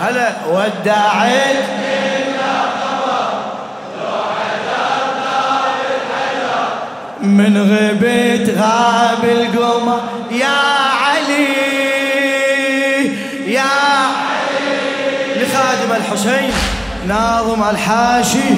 هلا ودعت من غبت غاب القمر يا علي يا علي لخادم الحسين ناظم الحاشي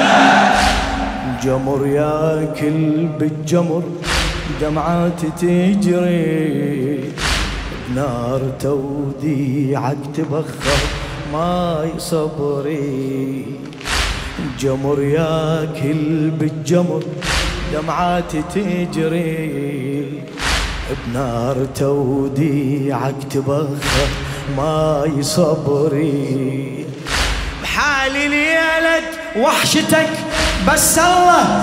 جمر ياكل بالجمر دمعات تجري بنار توديعك تبخر ماي صبري جمر ياكل بالجمر دمعات تجري بنار توديعك تبخر ماي صبري بحالي ليلة وحشتك بس الله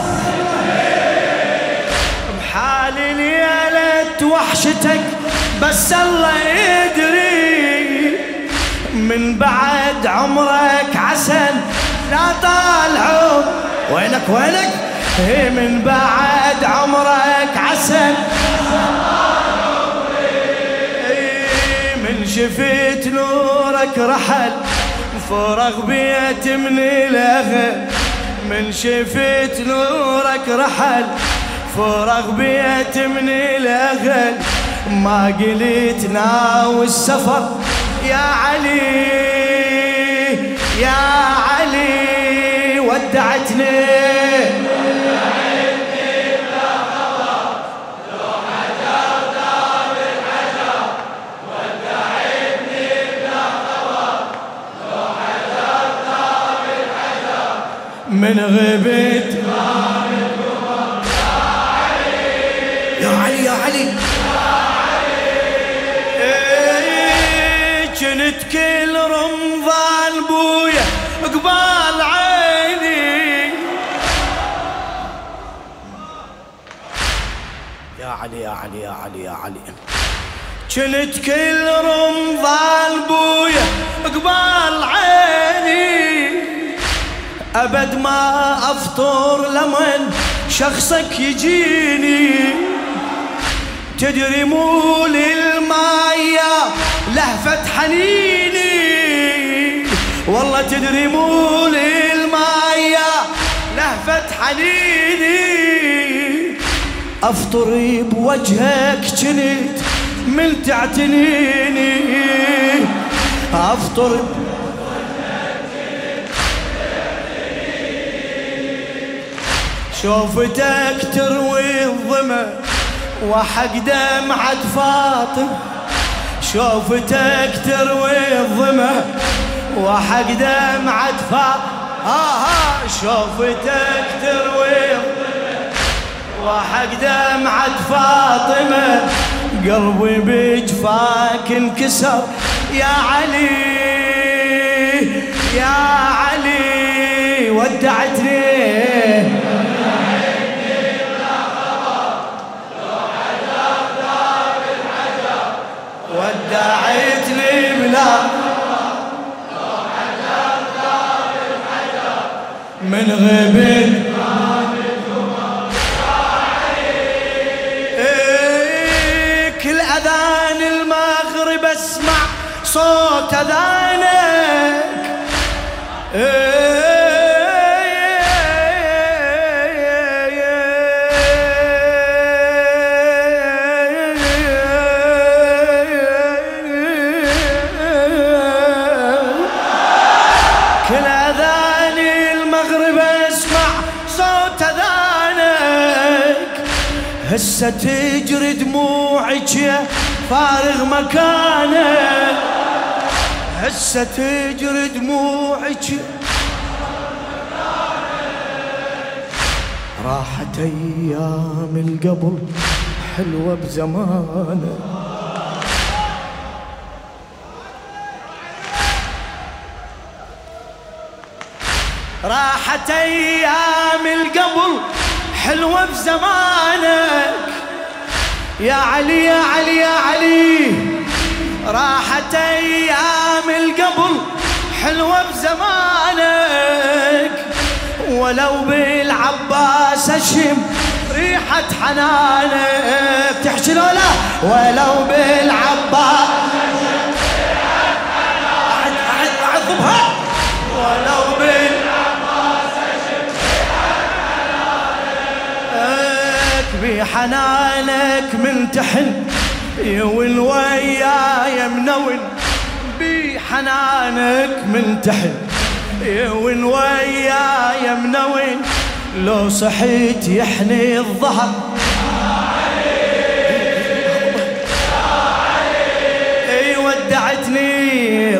بحالي ليلة وحشتك بس الله يدري من بعد عمرك عسل لا طال عمر وينك من بعد عمرك عسل من شفت نورك رحل فرغ بيت من الأهل من شفت نورك رحل فرغ بيت من الأهل ما قلت ناوي السفر يا علي يا علي ودعتني من غبت يا علي يا علي جنت كل رمضان بويا قبال عيني يا علي يا علي يا علي يا علي جنت كل رمضان بويا قبال عيني أبد ما أفطر لمن شخصك يجيني تدري مو للمايا لهفة حنيني والله تدري مو للمايا لهفة حنيني أفطر بوجهك جنت من تعتنيني أفطر شوفتك تروي الظما وحق دمعة فاطم شوفتك تروي الظما وحق دمعة فاطم شوفتك تروي الظما وحق دمعة فاطمة قلبي بجفاك انكسر يا علي يا علي ودعتني ودعتني بلا من غبت كل أذان المغرب اسمع صوت أذانك هسه تجري دموعك يا فارغ مكانك هسه تجري دموعك راحت ايام القبل حلوه بزمانك راحت ايام القبل حلوة بزمانك يا علي يا علي يا علي راحت أيام القبل حلوة بزمانك ولو بالعباس أشم ريحة حنانك تحشي لولا ولو بالعباس أشم ريحة حنانك بحنانك ملتحن يون وياي منون بحنانك ملتحن يون وياي منون لو صحيت يحني الظهر اي ودعتني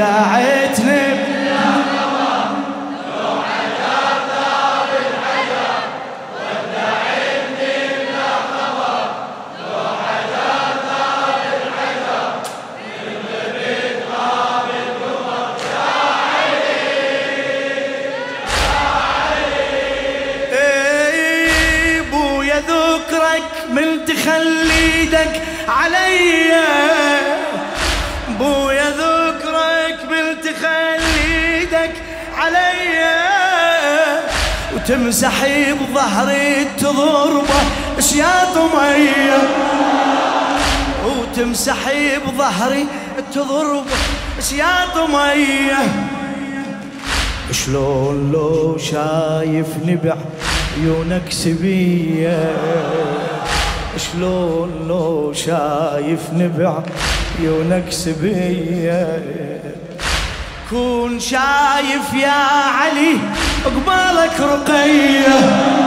من تخلي ايدك عليا بويا ذكرك من تخلي ايدك عليا وتمسحي بظهري تضربه اشياط ميه وتمسحي بظهري تضربه اشياط ميه شلون لو شايفني بعيونك سبيه شلون لو شايفني بعيونك سبيه كون شايف يا علي قبالك رقيه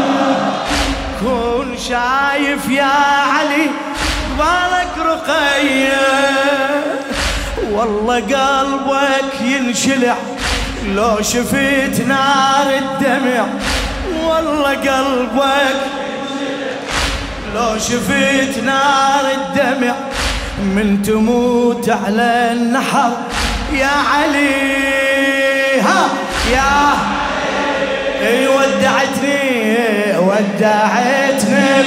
كون شايف يا علي قبالك رقيه والله قلبك ينشلع لو شفت نار الدمع والله قلبك لو شفت نار الدمع من تموت على النحر يا علي ها يا اي ودعتني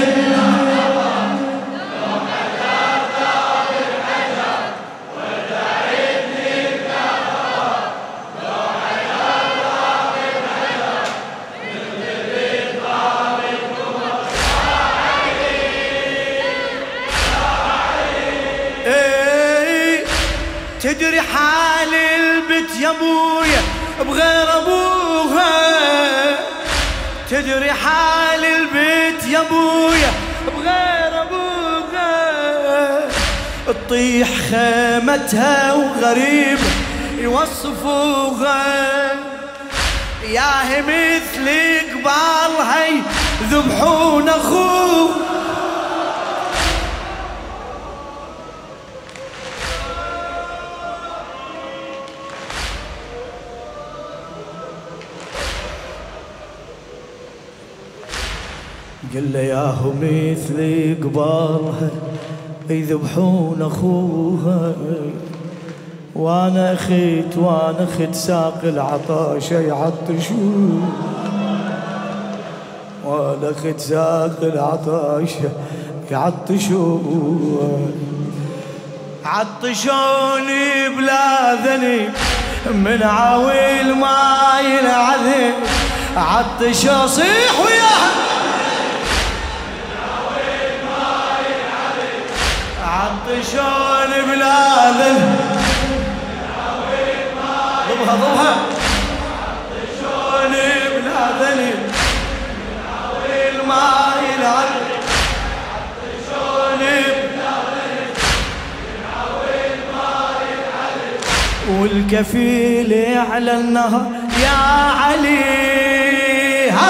تدري حال البت يا ابويا بغير ابوها تدري حال البت يا ابويا بغير ابوها تطيح خيمتها وغريب يوصفوها ياهي مثل قبالها يذبحون اخوه قل له ياهو مثل قبالها يذبحون اخوها وانا اخت ساق العطاشه يعطشون وانا اخت ساق العطاشه يعطشون عطشوني بلا ذنب من عويل ماي العذب عطشوا صيح وياها عطشون بلا ذنب ضبها عطشون بلا ذنب الماء العذب عطشون بلا ذنب الماء العذب والكفيل على النهر يا علي ها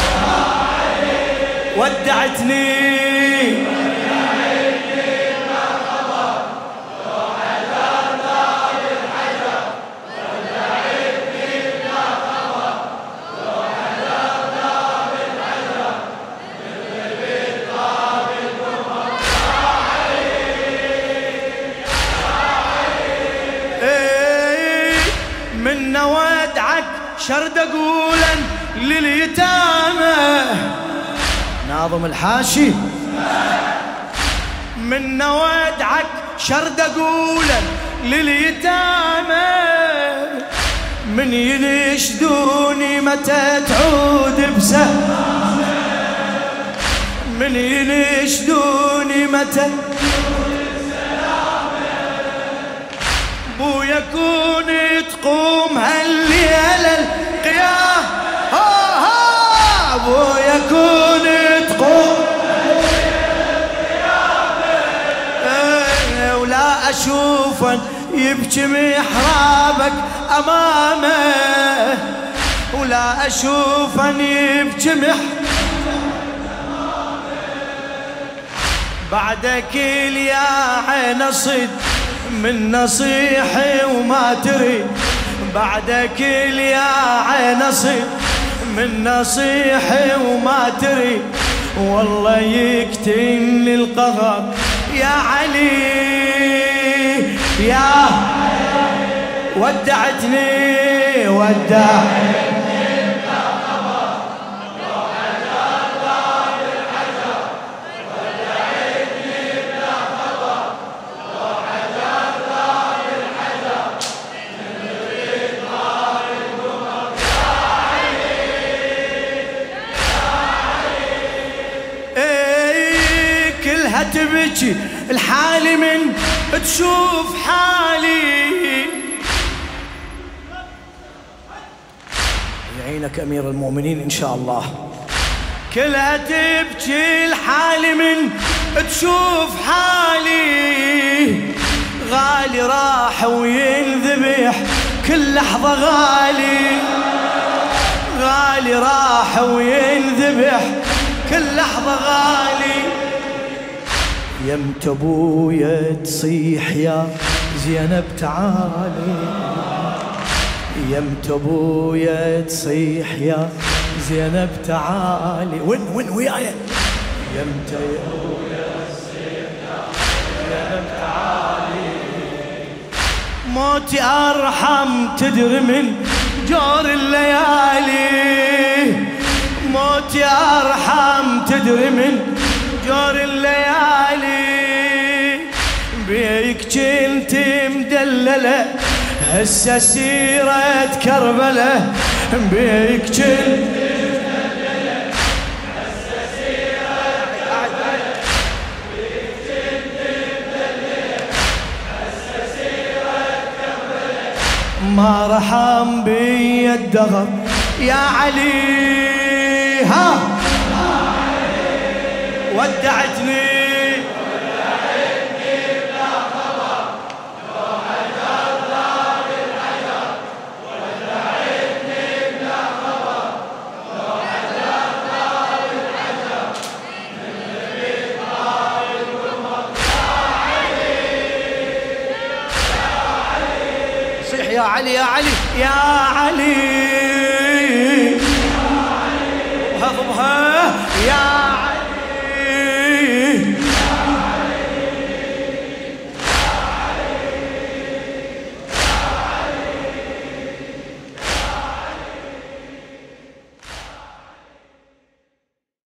ودعتني من ودعك شرد اقولا لليتامى ناظم الحاشي من ودعك شرد اقولا لليتامى من ينشدوني متى تعود بسلامة من ينشدوني متى بو يكون تقوم هالليلة القيام بو يكون تقوم أشوفا يبكي محرابك أمامه، ولا أشوفا يبكي بعدك يا عين صد من نصيحي وما تريد، بعدك يا عين صد من نصيحي وما تريد، والله يقتلني القهر يا علي يا ودعتني ودعتني تبكي الحالي من تشوف حالي. يعينك أمير المؤمنين إن شاء الله. كلها تبكي الحالي من تشوف حالي، غالي راح وينذبح كل لحظة، غالي غالي راح وينذبح كل لحظة، غالي يمت ابويا تصيح يا زينب تعالي، يمت ابويا تصيح يا زينب تعالي، وين وياي يمت ابويا تصيح يا زينب تعالي، موتي ارحم تدري من جور الليالي، موتي ارحم تدري من جور الليالي، بيك جنت مدللة هسه سيرة كربلة، بيك جنت مدللة هسه سيرة كربلة، بيك جنت مدللة هسه سيرة كربلة، ما رحم بي الدهر يا علي، ها ودعتني بلا خبر، لو حجر ضرب الحجر، ودعتني بلا خبر، لو حجر ضرب الحجر، من غريب نار القمر يا علي يا علي، صيح يا علي يا علي يا علي، وهضبها يا علي.